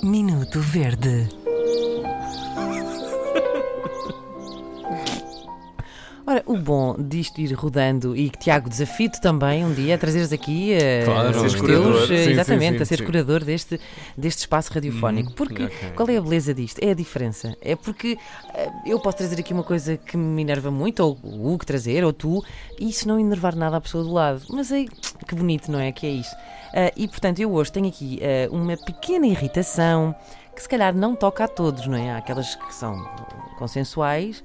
Minuto Verde. Ora, o bom disto ir rodando e que Tiago, desafio-te também um dia a trazeres aqui os teus, exatamente, a seres curador deste espaço radiofónico. Porque qual é a beleza disto? É a diferença. É porque eu posso trazer aqui uma coisa que me enerva muito, ou o Hugo trazer, ou tu, e isso não enervar nada a pessoa do lado. Mas aí, que bonito, não é? Que é isto. E portanto, eu hoje tenho aqui uma pequena irritação que se calhar não toca a todos, não é? Há aquelas que são consensuais.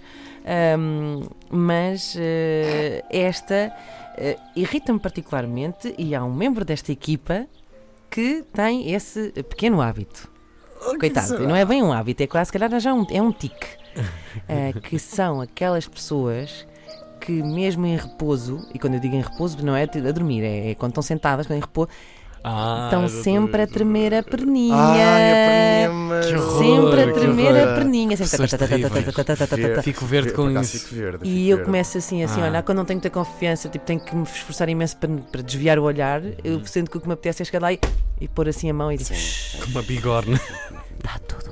Mas esta irrita-me particularmente, e há um membro desta equipa que tem esse pequeno hábito. Coitado, não é bem um hábito, é quase, se calhar já é um tique. Que são aquelas pessoas que mesmo em repouso, e quando eu digo em repouso não é a dormir, é quando estão sentadas, quando em repouso, estão sempre a tremer a perninha. Sempre a tremer a perninha. Fico verde com isso. E eu começo assim, olha, quando não tenho muita confiança, tipo, tenho que me esforçar imenso para desviar o olhar. Eu sinto que o que me apetece é chegar lá e pôr assim a mão e dizer: com uma bigorna. Está tudo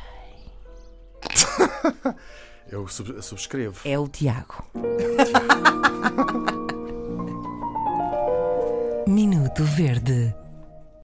bem. Eu subscrevo. É o Tiago. Minuto Verde.